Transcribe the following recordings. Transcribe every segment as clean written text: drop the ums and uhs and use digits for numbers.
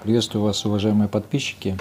Приветствую вас, уважаемые подписчики,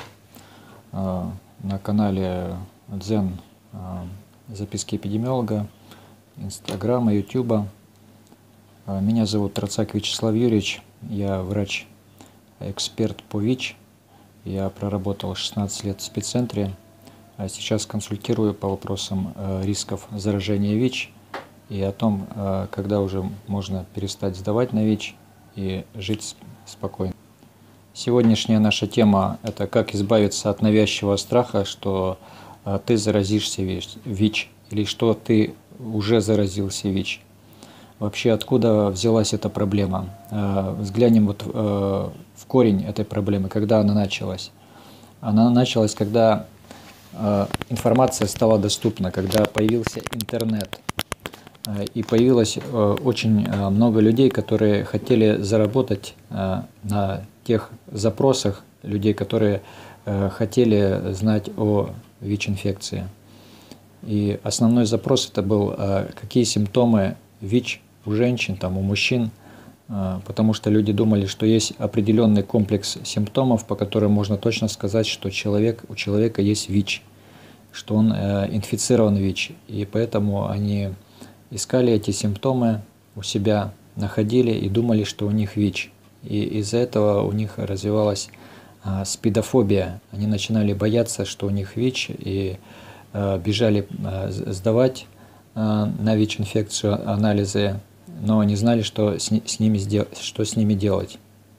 на канале Дзен записки эпидемиолога, Инстаграма, Ютуба. Меня зовут Троцак Вячеслав Юрьевич, я врач-эксперт по ВИЧ. Я проработал 16 лет в спеццентре, а сейчас консультирую по вопросам рисков заражения ВИЧ и о том, когда уже можно перестать сдавать на ВИЧ и жить спокойно. Сегодняшняя наша тема – это как избавиться от навязчивого страха, что ты заразишься ВИЧ или что ты уже заразился ВИЧ. Вообще, откуда взялась эта проблема? Взглянем в корень этой проблемы, когда она началась. Она началась, когда информация стала доступна, когда появился интернет. И появилось очень много людей, которые хотели заработать на тех запросах людей, которые хотели знать о ВИЧ-инфекции. И основной запрос это был, какие симптомы ВИЧ у женщин, у мужчин, потому что люди думали, что есть определенный комплекс симптомов, по которым можно точно сказать, что у человека есть ВИЧ, что он инфицирован ВИЧ. И поэтому они искали эти симптомы у себя, находили и думали, что у них ВИЧ. И из-за этого у них развивалась спидофобия. Они начинали бояться, что у них ВИЧ, и бежали сдавать на ВИЧ-инфекцию анализы, но не знали, что с ними делать,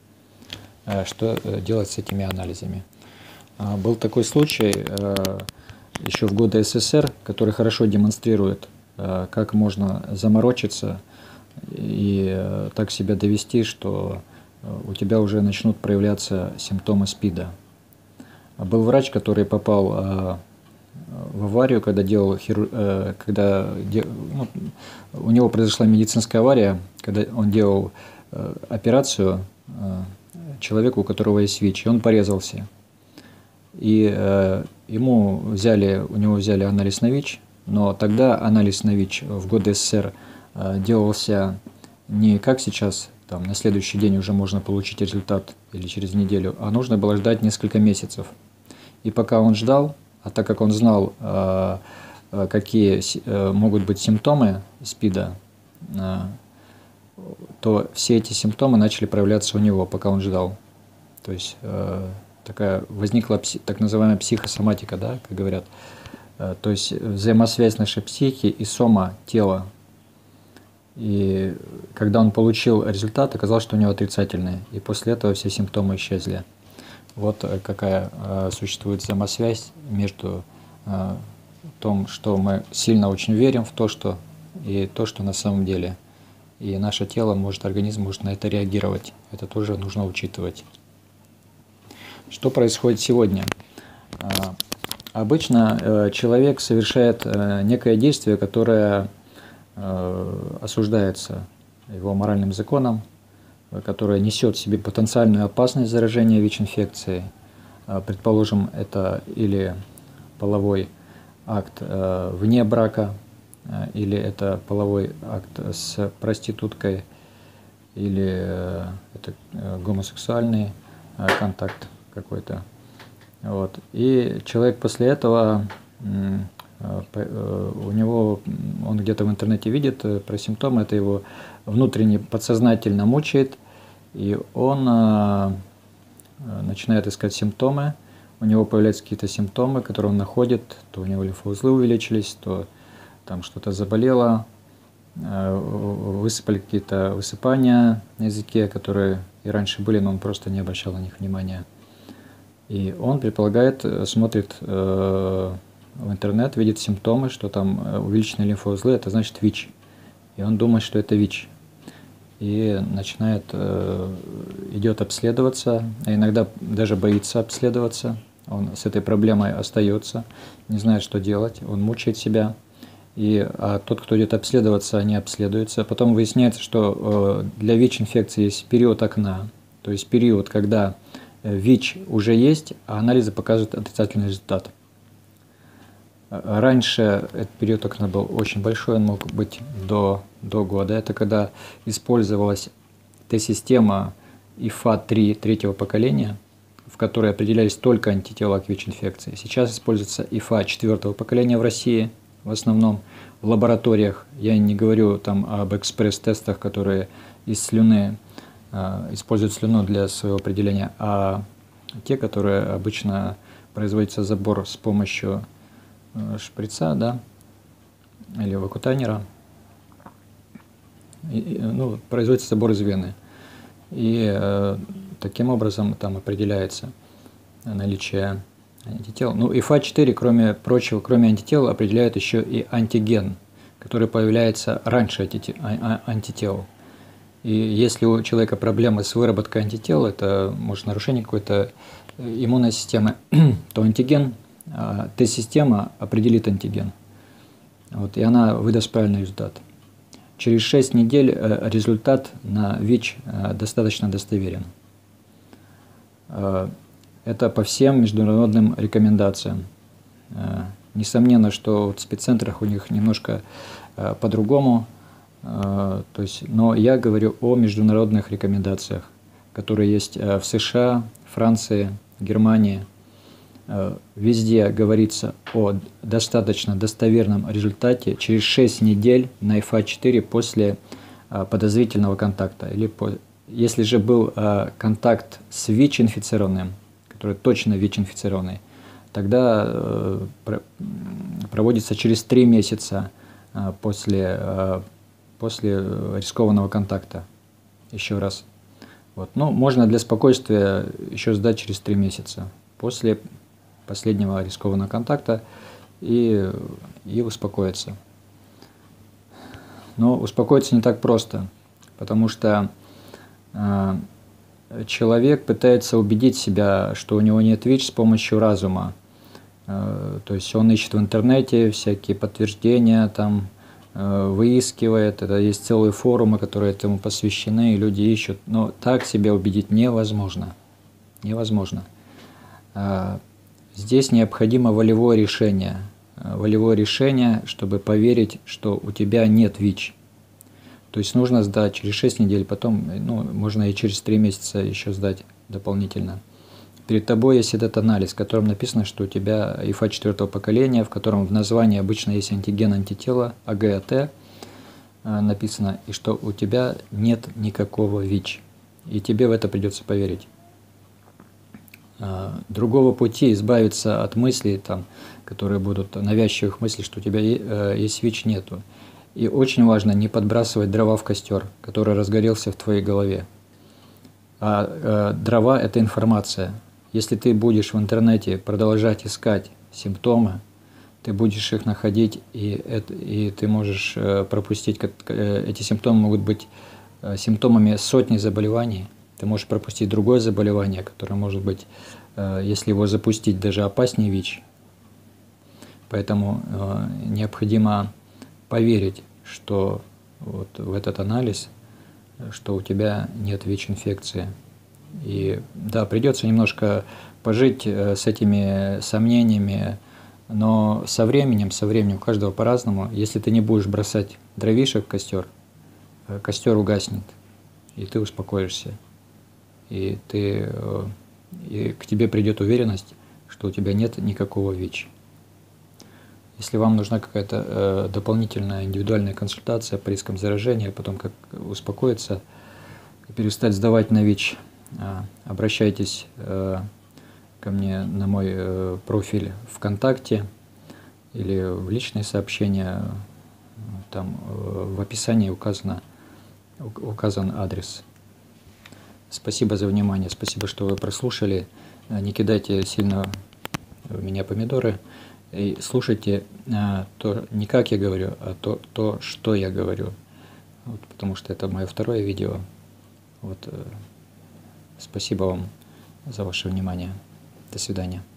что делать с этими анализами. Был такой случай еще в годы СССР, который хорошо демонстрирует, как можно заморочиться и так себя довести, что у тебя уже начнут проявляться симптомы СПИДа. Был врач, который попал в аварию, когда у него произошла медицинская авария, когда он делал операцию человеку, у которого есть ВИЧ, и он порезался. И у него взяли анализ на ВИЧ, но тогда анализ на ВИЧ в годы СССР делался не как сейчас, на следующий день уже можно получить результат или через неделю, а нужно было ждать несколько месяцев. И пока он ждал, а так как он знал, какие могут быть симптомы СПИДа, то все эти симптомы начали проявляться у него, пока он ждал. То есть возникла так называемая психосоматика, да, как говорят. То есть взаимосвязь нашей психики и сома тела. И когда он получил результат, оказалось, что у него отрицательный. И после этого все симптомы исчезли. Вот какая существует взаимосвязь между том, что мы сильно очень верим в то, что и то, что на самом деле. И наше тело, организм может на это реагировать. Это тоже нужно учитывать. Что происходит сегодня? Обычно человек совершает некое действие, которое осуждается его моральным законом, которое несет в себе потенциальную опасность заражения ВИЧ-инфекцией. Предположим, это или половой акт вне брака, или это половой акт с проституткой, или это гомосексуальный контакт какой-то. Вот. И человек после этого, он где-то в интернете видит про симптомы, это его внутренне, подсознательно мучает, и он начинает искать симптомы, у него появляются какие-то симптомы, которые он находит, то у него лимфоузлы увеличились, то там что-то заболело, высыпали какие-то высыпания на языке, которые и раньше были, но он просто не обращал на них внимания. И он предполагает, смотрит в интернет, видит симптомы, что там увеличенные лимфоузлы, это значит ВИЧ. И он думает, что это ВИЧ. И идет обследоваться, а иногда даже боится обследоваться. Он с этой проблемой остается, не знает, что делать, он мучает себя. А тот, кто идет обследоваться, не обследуется. Потом выясняется, что для ВИЧ-инфекции есть период окна, то есть период, когда ВИЧ уже есть, а анализы показывают отрицательный результат. Раньше этот период окна был очень большой, он мог быть до года. Это когда использовалась Т-система ИФА-3 третьего поколения, в которой определялись только антитела к ВИЧ-инфекции. Сейчас используется ИФА 4-го поколения в России, в основном в лабораториях. Я не говорю там об экспресс-тестах, которые из слюны используют слюну для своего определения, а те, которые обычно производится забор с помощью шприца, да, или вакутайнера, ну, производится забор из вены. И таким образом там определяется наличие антител. Ну, ИФА-4, кроме прочего, кроме антител, определяет еще и антиген, который появляется раньше антител. И если у человека проблемы с выработкой антител, это может нарушение какой-то иммунной системы, то антиген, Т-система определит антиген. Вот, и она выдаст правильный результат. Через 6 недель результат на ВИЧ достаточно достоверен. Это по всем международным рекомендациям. Несомненно, что в спеццентрах у них немножко по-другому, но я говорю о международных рекомендациях, которые есть в США, Франции, Германии. Везде говорится о достаточно достоверном результате через 6 недель на ИФА-4 после подозрительного контакта. Если же был контакт с ВИЧ-инфицированным, который точно ВИЧ-инфицированный, тогда проводится через 3 месяца после рискованного контакта. Еще раз. Вот. Ну, можно для спокойствия еще сдать через 3 месяца после последнего рискованного контакта и успокоиться. Но успокоиться не так просто, потому что человек пытается убедить себя, что у него нет ВИЧ с помощью разума. То есть он ищет в интернете всякие подтверждения, там, выискивает, это есть целые форумы, которые этому посвящены, и люди ищут. Но так себя убедить невозможно. Невозможно. Здесь необходимо волевое решение. Волевое решение, чтобы поверить, что у тебя нет ВИЧ. То есть нужно сдать через 6 недель, потом, ну, можно и через 3 месяца еще сдать дополнительно. Перед тобой есть этот анализ, в котором написано, что у тебя ИФА 4-го поколения, в котором в названии обычно есть антиген, антитела, АГ-АТ написано, и что у тебя нет никакого ВИЧ. И тебе в это придется поверить. Другого пути избавиться от мыслей, там, которые будут навязчивых мыслей, что у тебя есть ВИЧ, нету. И очень важно не подбрасывать дрова в костер, который разгорелся в твоей голове. Дрова – это информация. Если ты будешь в интернете продолжать искать симптомы, ты будешь их находить, и ты можешь пропустить, эти симптомы могут быть симптомами сотни заболеваний. Ты можешь пропустить другое заболевание, которое может быть, если его запустить, даже опаснее ВИЧ. Поэтому необходимо поверить, что вот в этот анализ, что у тебя нет ВИЧ-инфекции. И да, придется немножко пожить с этими сомнениями, но со временем у каждого по-разному. Если ты не будешь бросать дровишек в костер, костер угаснет, и ты успокоишься. И к тебе придет уверенность, что у тебя нет никакого ВИЧ. Если вам нужна какая-то дополнительная индивидуальная консультация по рискам заражения, потом как успокоиться и перестать сдавать на ВИЧ, обращайтесь ко мне на мой профиль ВКонтакте или в личные сообщения. Там в описании указан адрес. Спасибо за внимание, спасибо, что вы прослушали. Не кидайте сильно в меня помидоры. И слушайте не как я говорю, а то, что я говорю. Вот, потому что это мое второе видео. Вот, спасибо вам за ваше внимание. До свидания.